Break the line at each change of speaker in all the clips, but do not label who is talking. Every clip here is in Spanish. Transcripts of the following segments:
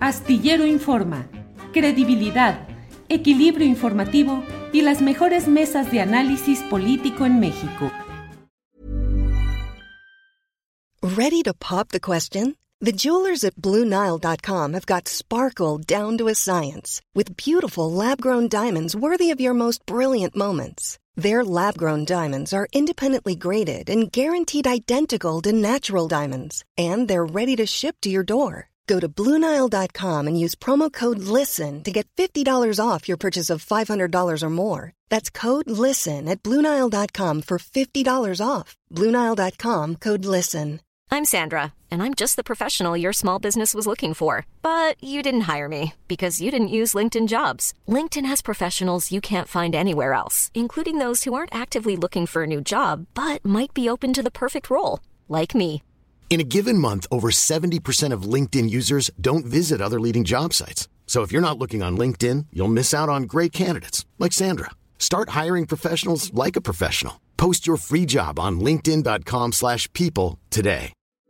Astillero Informa, credibilidad, equilibrio informativo y las mejores mesas de análisis político en México.
Ready to pop the question? The jewelers at BlueNile.com have got sparkle down to a science with beautiful lab-grown diamonds worthy of your most brilliant moments. Their lab-grown diamonds are independently graded and guaranteed identical to natural diamonds, and they're ready to ship to your door. Go to BlueNile.com and use promo code LISTEN to get $50 off your purchase of $500 or more. That's code LISTEN at BlueNile.com for $50 off. BlueNile.com, code LISTEN.
I'm Sandra, and I'm just the professional your small business was looking for. But you didn't hire me because you didn't use LinkedIn Jobs. LinkedIn has professionals you can't find anywhere else, including those who aren't actively looking for a new job, but might be open to the perfect role, like me.
In a given month, over 70% of LinkedIn users don't visit other leading job sites. So if you're not looking on LinkedIn, you'll miss out on great candidates like Sandra. Start hiring professionals like a professional. Post your free job on linkedin.com/people today.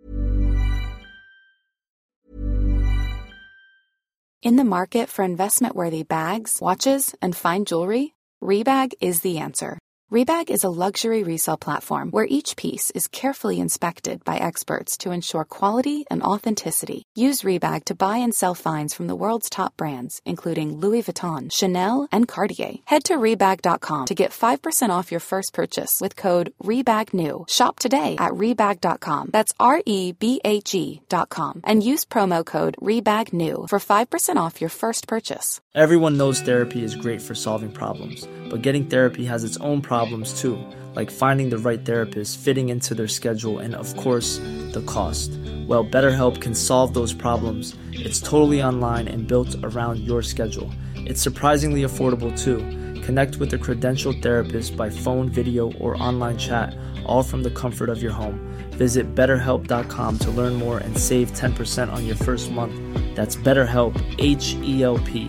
In the market for investment-worthy bags, watches, and fine jewelry, Rebag is the answer. Rebag is a luxury resale platform where each piece is carefully inspected by experts to ensure quality and authenticity. Use Rebag to buy and sell finds from the world's top brands, including Louis Vuitton, Chanel, and Cartier. Head to Rebag.com to get 5% off your first purchase with code REBAGNEW. Shop today at Rebag.com. That's REBAG.com. And use promo code REBAGNEW for 5% off your first purchase.
Everyone knows therapy is great for solving problems, but getting therapy has its own problems too, like finding the right therapist, fitting into their schedule, and of course, the cost. Well, BetterHelp can solve those problems. It's totally online and built around your schedule. It's surprisingly affordable too. Connect with a credentialed therapist by phone, video, or online chat, all from the comfort of your home. Visit BetterHelp.com to learn more and save 10% on your first month. That's BetterHelp, H-E-L-P.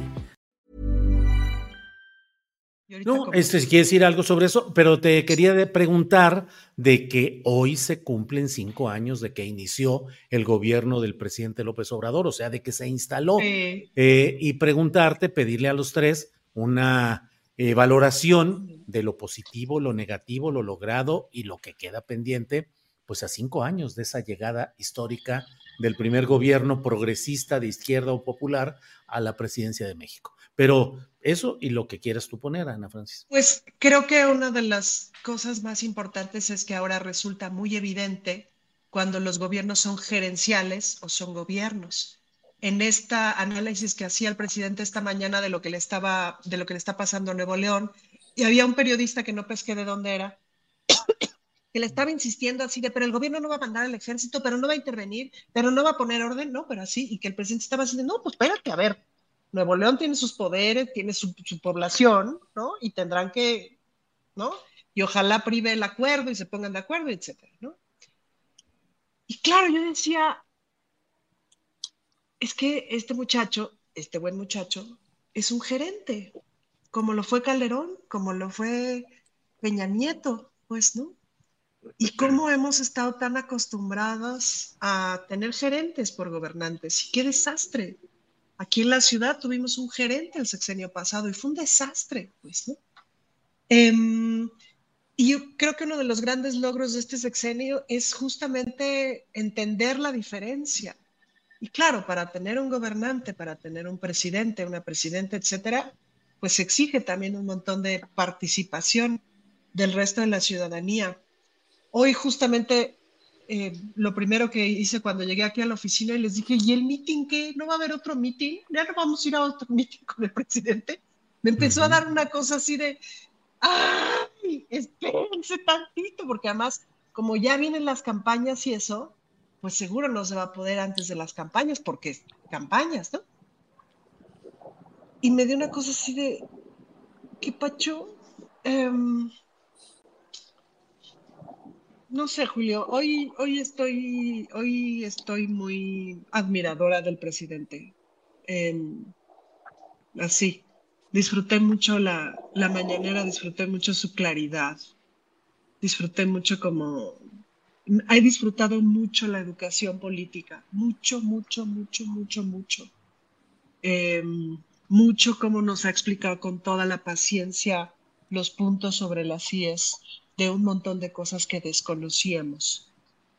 No, si quieres decir algo sobre eso, pero te quería preguntar de que hoy se cumplen 5 años de que inició el gobierno del presidente López Obrador, o sea, de que se instaló, y preguntarte, pedirle a los tres una valoración de lo positivo, lo negativo, lo logrado y lo que queda pendiente, pues a 5 años de esa llegada histórica del primer gobierno progresista de izquierda o popular a la presidencia de México. Pero eso y lo que quieras tú poner, Ana Francis.
Pues creo que una de las cosas más importantes es que ahora resulta muy evidente cuando los gobiernos son gerenciales o son gobiernos. En esta análisis que hacía el presidente esta mañana de lo que le está pasando a Nuevo León, y había un periodista que no pesqué de dónde era, que le estaba insistiendo así de, pero el gobierno no va a mandar al ejército, pero no va a intervenir, pero no va a poner orden, no, pero así, y que el presidente estaba así de, no, pues espérate, a ver, Nuevo León tiene sus poderes, tiene su población, ¿no? Y tendrán que, ¿no? Y ojalá prive el acuerdo y se pongan de acuerdo, etcétera, ¿no? Y claro, yo decía, es que este buen muchacho, es un gerente, como lo fue Calderón, como lo fue Peña Nieto, pues, ¿no? Y cómo hemos estado tan acostumbrados a tener gerentes por gobernantes, y qué desastre. Aquí en la ciudad tuvimos un gerente el sexenio pasado y fue un desastre, pues, ¿no? Y yo creo que uno de los grandes logros de este sexenio es justamente entender la diferencia. Y claro, para tener un gobernante, para tener un presidente, una presidenta, etcétera, pues se exige también un montón de participación del resto de la ciudadanía. Hoy justamente lo primero que hice cuando llegué aquí a la oficina y les dije, ¿y el meeting qué? ¿No va a haber otro meeting? ¿Ya no vamos a ir a otro meeting con el presidente? Me empezó a dar una cosa así de, ¡ay! Espérense tantito, porque además, como ya vienen las campañas y eso, pues seguro no se va a poder antes de las campañas, porque campañas, ¿no? Y me dio una cosa así de, ¿qué pacho? No sé, Julio, hoy estoy muy admiradora del presidente. Así, disfruté mucho la mañanera, disfruté mucho su claridad, disfruté mucho he disfrutado mucho la educación política, mucho, mucho, mucho, mucho, mucho. eh, mucho como nos ha explicado con toda la paciencia los puntos sobre las IES de un montón de cosas que desconocíamos.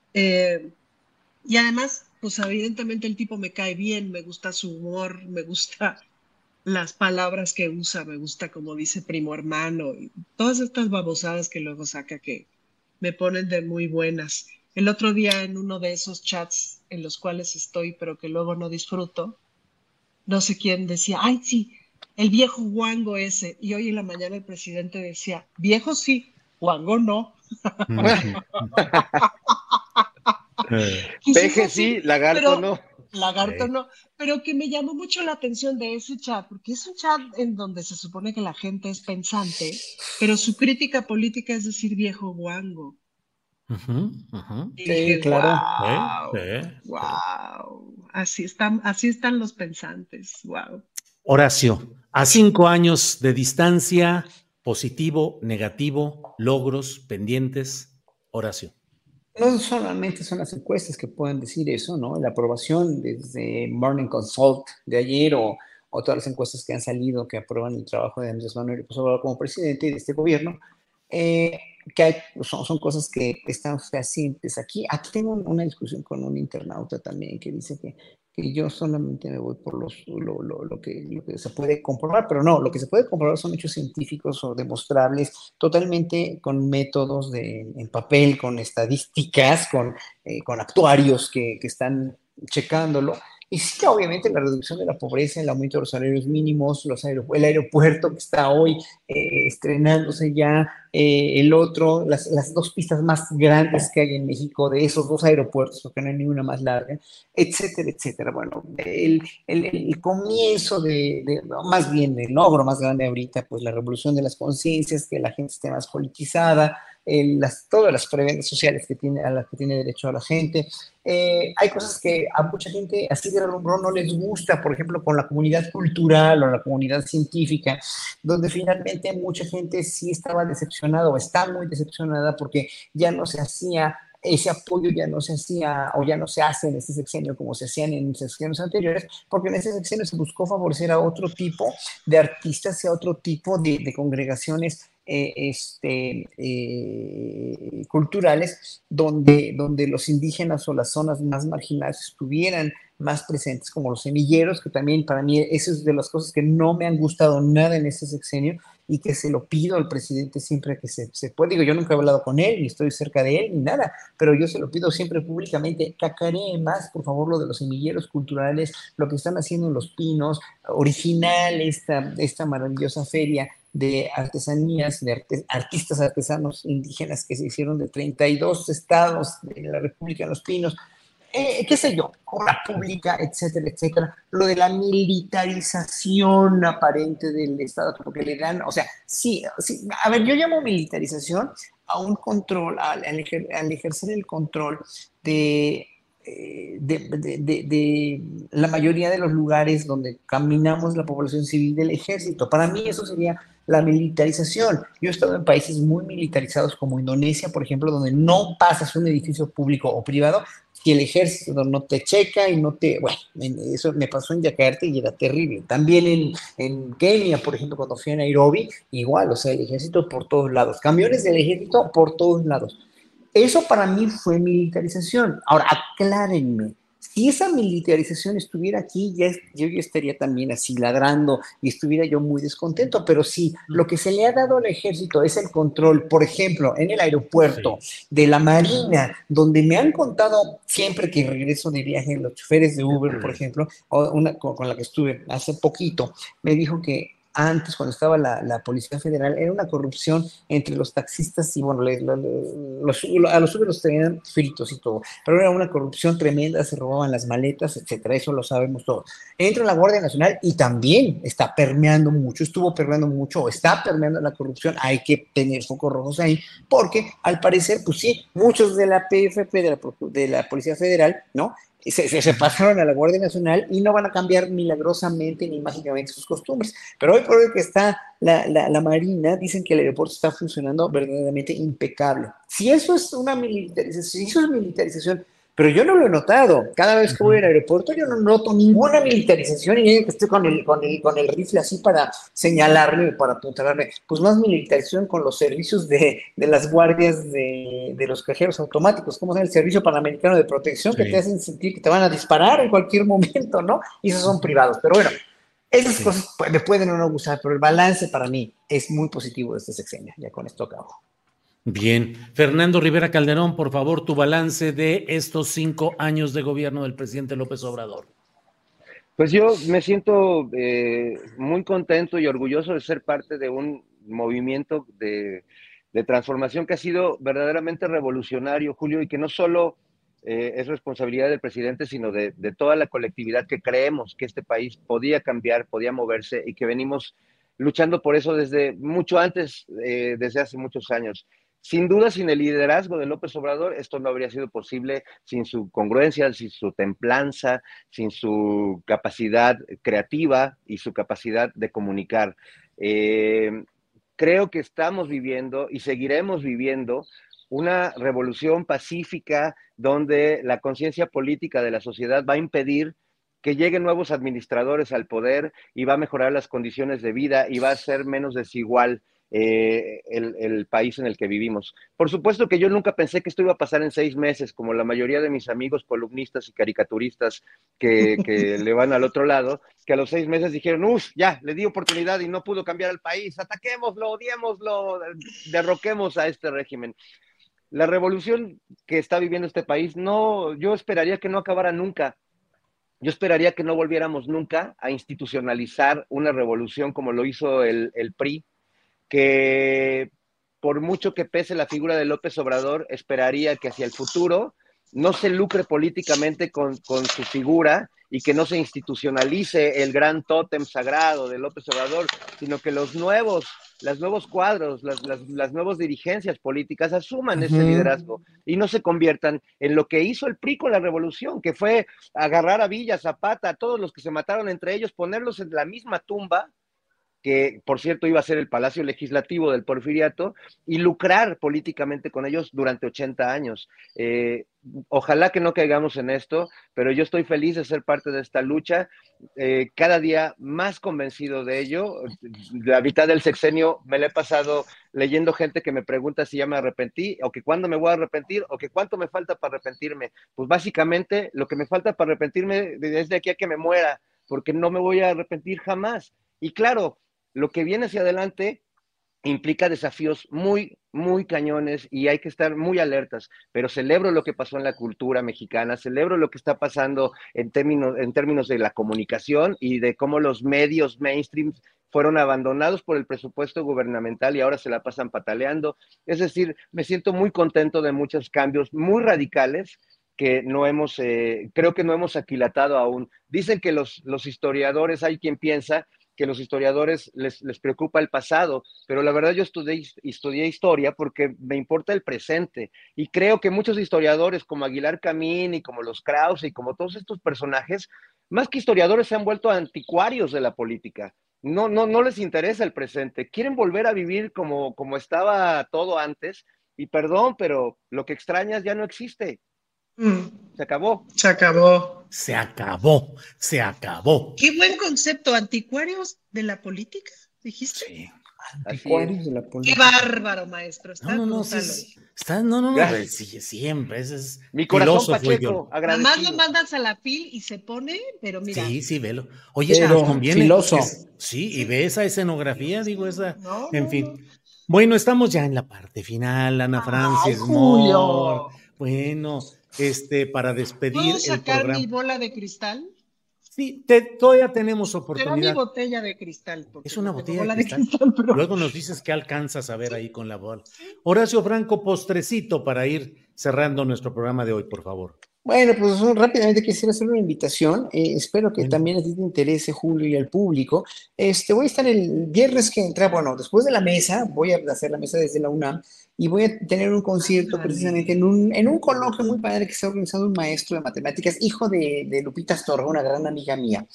Y además, pues evidentemente el tipo me cae bien, me gusta su humor, me gusta las palabras que usa, me gusta como dice primo hermano, y todas estas babosadas que luego saca que me ponen de muy buenas. El otro día en uno de esos chats en los cuales estoy, pero que luego no disfruto, no sé quién decía, ay, sí, el viejo guango ese. Y hoy en la mañana el presidente decía, viejo sí, guango no.
Peje sí, lagarto
Pero
no.
lagarto no, pero que me llamó mucho la atención de ese chat, porque es un chat en donde se supone que la gente es pensante, pero su crítica política es decir viejo guango.
Ujú, ujú.
Y
Sí,
dije,
claro.
Sí, sí, sí.
wow, así están los pensantes, wow.
Horacio, a 5 años de distancia, positivo, negativo, logros, pendientes. Horacio.
No solamente son las encuestas que pueden decir eso, ¿no? La aprobación desde Morning Consult de ayer o todas las encuestas que han salido que aprueban el trabajo de Andrés Manuel López Obrador como presidente de este gobierno, eh, son cosas que están fehacientes. Aquí tengo una discusión con un internauta también que dice que yo solamente me voy por lo que se puede comprobar, pero no, lo que se puede comprobar son hechos científicos o demostrables totalmente con métodos en papel, con estadísticas, con actuarios que están checándolo. Y sí, obviamente la reducción de la pobreza, el aumento de los salarios mínimos, el aeropuerto que está hoy estrenándose ya, el otro, las dos pistas más grandes que hay en México de esos dos aeropuertos, porque no hay ninguna más larga, etcétera, etcétera. Bueno, el comienzo más bien el logro más grande ahorita, pues la revolución de las conciencias, que la gente esté más politizada, todas las prebendas sociales a las que tiene derecho a la gente. Hay cosas que a mucha gente así de relumbrón no les gusta, por ejemplo, con la comunidad cultural o la comunidad científica, donde finalmente mucha gente sí estaba decepcionada o está muy decepcionada porque ya no se hacía ese apoyo, ya no se hacía o ya no se hace en este sexenio como se hacían en sexenios anteriores, porque en ese sexenio se buscó favorecer a otro tipo de artistas y a otro tipo de congregaciones culturales donde los indígenas o las zonas más marginadas estuvieran más presentes, como los semilleros, que también para mí eso es de las cosas que no me han gustado nada en este sexenio y que se lo pido al presidente siempre que se puede. Digo, yo nunca he hablado con él, ni estoy cerca de él, ni nada, pero yo se lo pido siempre públicamente, cacaree más, por favor, lo de los semilleros culturales, lo que están haciendo en Los Pinos, original esta maravillosa feria de artesanías, de artistas artesanos indígenas que se hicieron de 32 estados de la República de Los Pinos, qué sé yo, obra pública, etcétera, etcétera. Lo de la militarización aparente del Estado, porque le dan, o sea, sí, a ver, yo llamo militarización a un control, al ejercer el control de la mayoría de los lugares donde caminamos la población civil del ejército. Para mí eso sería la militarización. Yo he estado en países muy militarizados como Indonesia, por ejemplo, donde no pasas un edificio público o privado si el ejército no te checa y no te... Bueno, eso me pasó en Yakarta y era terrible. También en Kenia, por ejemplo, cuando fui a Nairobi, igual, o sea, el ejército por todos lados, camiones del ejército por todos lados. Eso para mí fue militarización. Ahora, aclárenme, si esa militarización estuviera aquí, yo ya estaría también así ladrando y estuviera yo muy descontento, pero si lo que se le ha dado al ejército es el control, por ejemplo, en el aeropuerto de la Marina, donde me han contado siempre que regreso de viaje, los choferes de Uber, por ejemplo, o una con la que estuve hace poquito, me dijo que antes, cuando estaba la Policía Federal, era una corrupción entre los taxistas y, bueno, a los Uber los tenían fritos y todo, pero era una corrupción tremenda, se robaban las maletas, etcétera, eso lo sabemos todos. Entra la Guardia Nacional y también está permeando mucho, estuvo permeando mucho, o está permeando la corrupción, hay que tener focos rojos ahí, porque al parecer, pues sí, muchos de la PFP, de la Policía Federal, ¿no?, se pasaron a la Guardia Nacional y no van a cambiar milagrosamente ni mágicamente sus costumbres. Pero hoy por hoy que está la Marina, dicen que el aeropuerto está funcionando verdaderamente impecable. Si eso es una militarización, si eso es militarización, pero yo no lo he notado. Cada vez que voy al aeropuerto yo no noto ninguna militarización, y que estoy con el rifle así para señalarle, para apuntalarle, pues más militarización con los servicios de las guardias de los cajeros automáticos, como es el Servicio Panamericano de Protección, que te hacen sentir que te van a disparar en cualquier momento, ¿no? Y esos son privados, pero bueno, esas cosas me pueden o no gustar, pero el balance para mí es muy positivo de este sexenio. Ya con esto acabo.
Bien. Fernando Rivera Calderón, por favor, tu balance de estos 5 años de gobierno del presidente López Obrador.
Pues yo me siento muy contento y orgulloso de ser parte de un movimiento de transformación que ha sido verdaderamente revolucionario, Julio, y que no solo es responsabilidad del presidente, sino de toda la colectividad que creemos que este país podía cambiar, podía moverse, y que venimos luchando por eso desde mucho antes, desde hace muchos años. Sin duda, sin el liderazgo de López Obrador, esto no habría sido posible, sin su congruencia, sin su templanza, sin su capacidad creativa y su capacidad de comunicar. Creo que estamos viviendo y seguiremos viviendo una revolución pacífica donde la conciencia política de la sociedad va a impedir que lleguen nuevos administradores al poder, y va a mejorar las condiciones de vida y va a ser menos desigual el país en el que vivimos. Por supuesto que yo nunca pensé que esto iba a pasar en 6 meses, como la mayoría de mis amigos columnistas y caricaturistas que le van al otro lado, que a los 6 meses dijeron, ya, le di oportunidad y no pudo cambiar el país, ataquémoslo, odiémoslo, derroquemos a este régimen. La revolución que está viviendo este país, yo esperaría que no acabara nunca. Yo esperaría que no volviéramos nunca a institucionalizar una revolución como lo hizo el PRI, que por mucho que pese la figura de López Obrador, esperaría que hacia el futuro no se lucre políticamente con su figura y que no se institucionalice el gran tótem sagrado de López Obrador, sino que los nuevos cuadros, las nuevas dirigencias políticas asuman ese liderazgo y no se conviertan en lo que hizo el PRI con la revolución, que fue agarrar a Villa, Zapata, a todos los que se mataron entre ellos, ponerlos en la misma tumba, que por cierto iba a ser el Palacio Legislativo del Porfiriato, y lucrar políticamente con ellos durante 80 años. Ojalá que no caigamos en esto, pero yo estoy feliz de ser parte de esta lucha, cada día más convencido de ello. La mitad del sexenio me la he pasado leyendo gente que me pregunta si ya me arrepentí, o que cuándo me voy a arrepentir, o que cuánto me falta para arrepentirme. Pues básicamente lo que me falta para arrepentirme es de aquí a que me muera, porque no me voy a arrepentir jamás. Y claro, lo que viene hacia adelante implica desafíos muy, muy cañones y hay que estar muy alertas, pero celebro lo que pasó en la cultura mexicana, celebro lo que está pasando en términos de la comunicación y de cómo los medios mainstream fueron abandonados por el presupuesto gubernamental y ahora se la pasan pataleando. Es decir, me siento muy contento de muchos cambios muy radicales que creo que no hemos aquilatado aún. Dicen que los historiadores, hay quien piensa que los historiadores les preocupa el pasado, pero la verdad yo estudié historia porque me importa el presente, y creo que muchos historiadores como Aguilar Camín y como los Krause y como todos estos personajes, más que historiadores, se han vuelto anticuarios de la política. No les interesa el presente, quieren volver a vivir como estaba todo antes, y perdón, pero lo que extrañas ya no existe. Se acabó.
Se acabó.
Se acabó. Se acabó.
Qué buen concepto, anticuarios de la política, dijiste.
Sí.
Anticuarios de la política.
Qué bárbaro, maestro.
No, siempre. Ese es
mi corazón Pacheco,
agradecido. Además lo mandas a la fil y se pone, pero mira.
Sí, velo. Oye,
pero
conviene.
Filoso.
Sí, y ve esa escenografía, en fin. Bueno, estamos ya en la parte final, Ana Francis.
Julio.
Bueno, para despedir
¿Puedo sacar
el programa.
mi bola de cristal?
Sí, todavía tenemos oportunidad.
Será mi botella de cristal.
Es una botella de cristal.
Pero...
Luego nos dices qué alcanzas a ver ahí con la bola. Horacio Franco, postrecito para ir cerrando nuestro programa de hoy, por favor.
Bueno, pues rápidamente quisiera hacer una invitación. Espero que también a ti te interese, Julio, y al público. Voy a estar el viernes que entra, después de la mesa, voy a hacer la mesa desde la UNAM, y voy a tener un concierto precisamente en un coloquio muy padre que está organizando un maestro de matemáticas, hijo de Lupita Astorga, una gran amiga mía.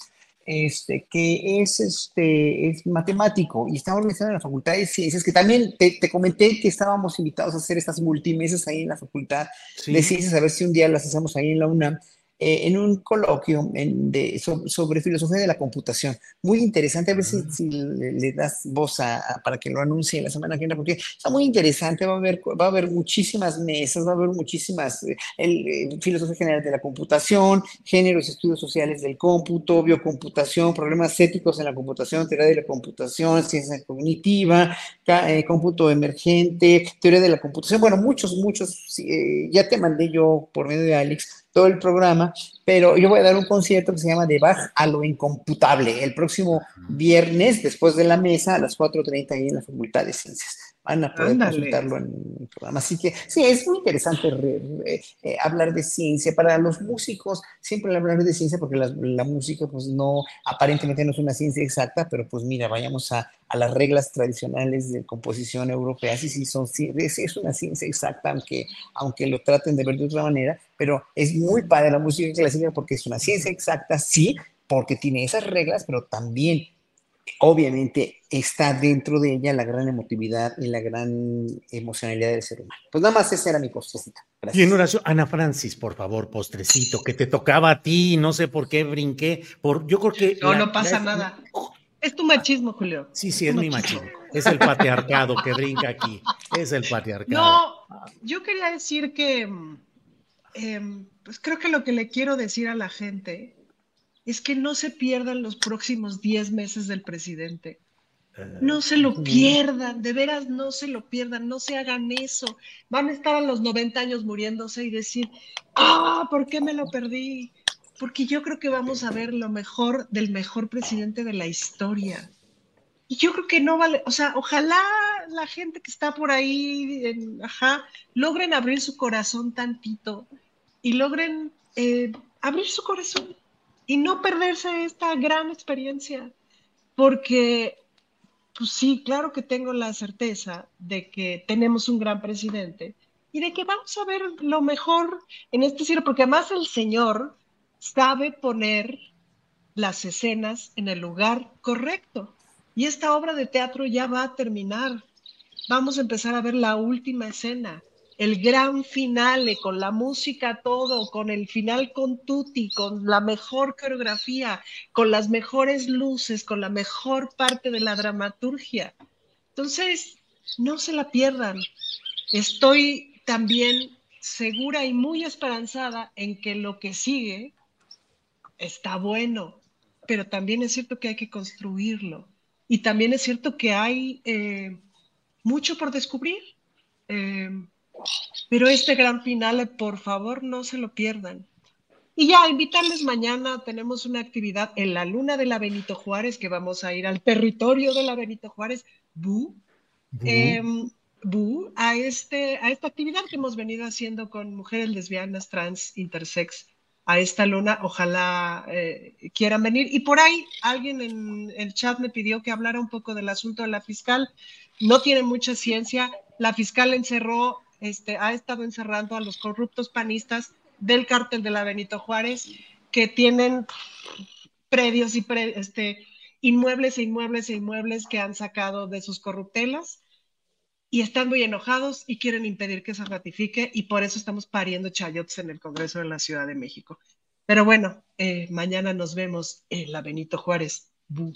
que es matemático y está organizado en la Facultad de Ciencias, que también te comenté que estábamos invitados a hacer estas multimesas ahí en la Facultad de
Sí.
Ciencias, a ver si un día las hacemos ahí en la UNAM, en un coloquio sobre filosofía de la computación. Muy interesante, a ver si le das voz para que lo anuncie la semana que viene, porque está muy interesante, va a haber muchísimas mesas, va a haber muchísimas, filosofía general de la computación, géneros y estudios sociales del cómputo, biocomputación, problemas éticos en la computación, teoría de la computación, ciencia cognitiva, cómputo emergente, teoría de la computación, bueno, muchos, ya te mandé yo por medio de Alex todo el programa, pero yo voy a dar un concierto que se llama De Bach a lo incomputable el próximo viernes, después de la mesa, a las 4:30 ahí en la Facultad de Ciencias. Van a poder
Ándale.
consultarlo en el programa. Así que sí, es muy interesante hablar de ciencia. Para los músicos, siempre hablar de ciencia, porque la música, pues no, aparentemente no es una ciencia exacta, pero pues mira, vayamos a las reglas tradicionales de composición europeas, y sí es una ciencia exacta, aunque lo traten de ver de otra manera, pero es muy padre la música clásica porque es una ciencia exacta, sí, porque tiene esas reglas, pero también, obviamente, está dentro de ella la gran emotividad y la gran emocionalidad del ser humano. Pues nada más esa era mi postrecita.
Bien,
Gracias.
Horacio. Ana Francis, por favor, postrecito, que te tocaba a ti, no sé por qué brinqué. Yo creo que
No, no pasa nada. Es tu machismo, Julio.
Sí,
Es
sí,
tu
es mi
machismo.
machismo. Es el patriarcado que brinca aquí. Es el patriarcado.
No, yo quería decir que, pues creo que lo que le quiero decir a la gente es que no se pierdan los próximos 10 meses del presidente. No se lo pierdan, de veras no se lo pierdan, no se hagan eso. Van a estar a los 90 años muriéndose y decir, ¿por qué me lo perdí? Porque yo creo que vamos a ver lo mejor del mejor presidente de la historia. Y yo creo que no vale, o sea, ojalá la gente que está por ahí, logren abrir su corazón tantito y logren abrir su corazón y no perderse esta gran experiencia, porque pues sí, claro que tengo la certeza de que tenemos un gran presidente y de que vamos a ver lo mejor en este cielo, porque además el Señor sabe poner las escenas en el lugar correcto. Y esta obra de teatro ya va a terminar. Vamos a empezar a ver la última escena, el gran finale, con la música, todo, con el final con tutti, con la mejor coreografía, con las mejores luces, con la mejor parte de la dramaturgia. Entonces, no se la pierdan. Estoy también segura y muy esperanzada en que lo que sigue está bueno, pero también es cierto que hay que construirlo. Y también es cierto que hay mucho por descubrir. Eh, pero este gran final, por favor, no se lo pierdan. Y ya, invitarles mañana, tenemos una actividad en la luna de la Benito Juárez, que vamos a ir al territorio de la Benito Juárez, eh, a esta actividad que hemos venido haciendo con mujeres lesbianas, trans, intersex, a esta luna, ojalá quieran venir. Y por ahí alguien en el chat me pidió que hablara un poco del asunto de la fiscal. No tiene mucha ciencia. La fiscal ha estado encerrando a los corruptos panistas del cártel de la Benito Juárez, que tienen predios y inmuebles e inmuebles e inmuebles que han sacado de sus corruptelas, y están muy enojados y quieren impedir que se ratifique, y por eso estamos pariendo chayotes en el Congreso de la Ciudad de México. Pero bueno, mañana nos vemos en la Benito Juárez.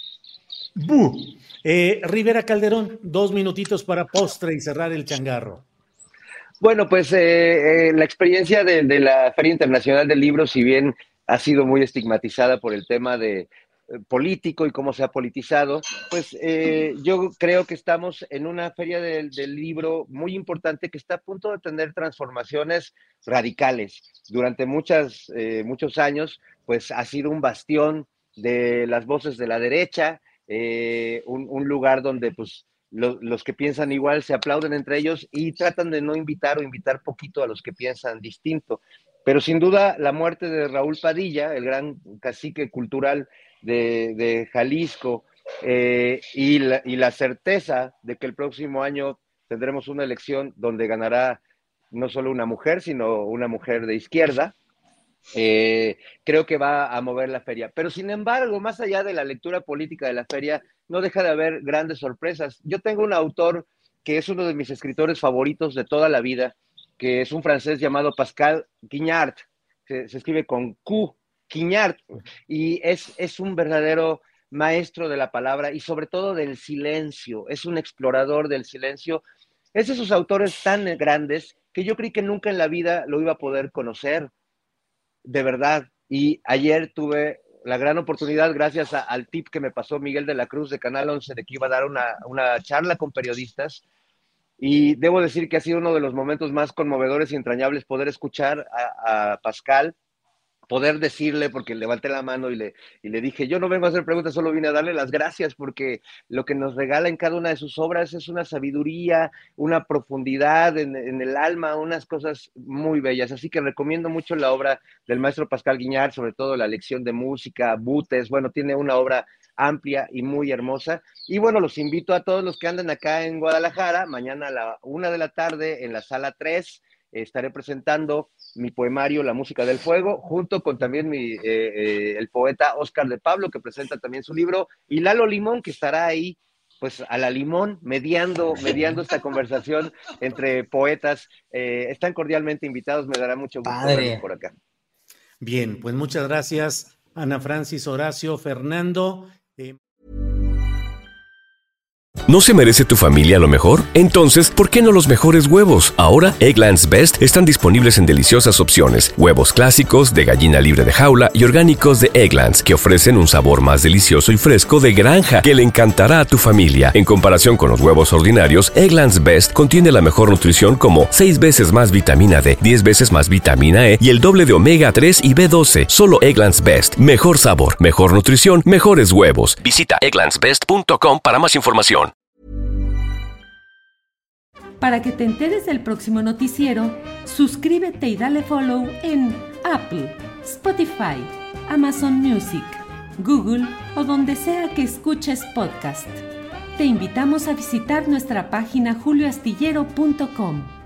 Rivera Calderón, 2 minutitos para postre y cerrar el changarro.
Bueno, pues la experiencia de la Feria Internacional del Libro, si bien ha sido muy estigmatizada por el tema de político y cómo se ha politizado, pues yo creo que estamos en una feria del libro muy importante que está a punto de tener transformaciones radicales. Durante muchos años, pues ha sido un bastión de las voces de la derecha, un lugar donde pues los que piensan igual se aplauden entre ellos y tratan de no invitar o invitar poquito a los que piensan distinto. Pero sin duda la muerte de Raúl Padilla, el gran cacique cultural de Jalisco, y la certeza de que el próximo año tendremos una elección donde ganará no solo una mujer, sino una mujer de izquierda, creo que va a mover la feria. Pero sin embargo, más allá de la lectura política de la feria, no deja de haber grandes sorpresas. Yo tengo un autor que es uno de mis escritores favoritos de toda la vida, que es un francés llamado Pascal Quignard, se escribe con Q, Quignard, y es un verdadero maestro de la palabra y sobre todo del silencio, es un explorador del silencio. Es de esos autores tan grandes que yo creí que nunca en la vida lo iba a poder conocer, de verdad. Y ayer tuve la gran oportunidad, gracias al tip que me pasó Miguel de la Cruz de Canal 11, de que iba a dar una charla con periodistas. Y debo decir que ha sido uno de los momentos más conmovedores y entrañables poder escuchar a Pascal, poder decirle, porque levanté la mano y le dije, yo no vengo a hacer preguntas, solo vine a darle las gracias, porque lo que nos regala en cada una de sus obras es una sabiduría, una profundidad en el alma, unas cosas muy bellas. Así que recomiendo mucho la obra del maestro Pascal Quignard, sobre todo la lección de música, Butes, bueno, tiene una obra amplia y muy hermosa. Y bueno, los invito a todos los que andan acá en Guadalajara, mañana a la 1 de la tarde en la sala 3, estaré presentando mi poemario La Música del Fuego, junto con también el poeta Óscar de Pablo, que presenta también su libro, y Lalo Limón, que estará ahí, pues a la limón, mediando esta conversación entre poetas. Están cordialmente invitados, me dará mucho gusto verlos por acá.
Bien, pues muchas gracias, Ana Francis, Horacio, Fernando.
¿No se merece tu familia lo mejor? Entonces, ¿por qué no los mejores huevos? Ahora, Eggland's Best están disponibles en deliciosas opciones. Huevos clásicos, de gallina libre de jaula y orgánicos de Eggland's, que ofrecen un sabor más delicioso y fresco de granja que le encantará a tu familia. En comparación con los huevos ordinarios, Eggland's Best contiene la mejor nutrición como 6 veces más vitamina D, 10 veces más vitamina E y el doble de omega 3 y B12. Solo Eggland's Best. Mejor sabor, mejor nutrición, mejores huevos. Visita egglandsbest.com para más información.
Para que te enteres del próximo noticiero, suscríbete y dale follow en Apple, Spotify, Amazon Music, Google o donde sea que escuches podcast. Te invitamos a visitar nuestra página julioastillero.com.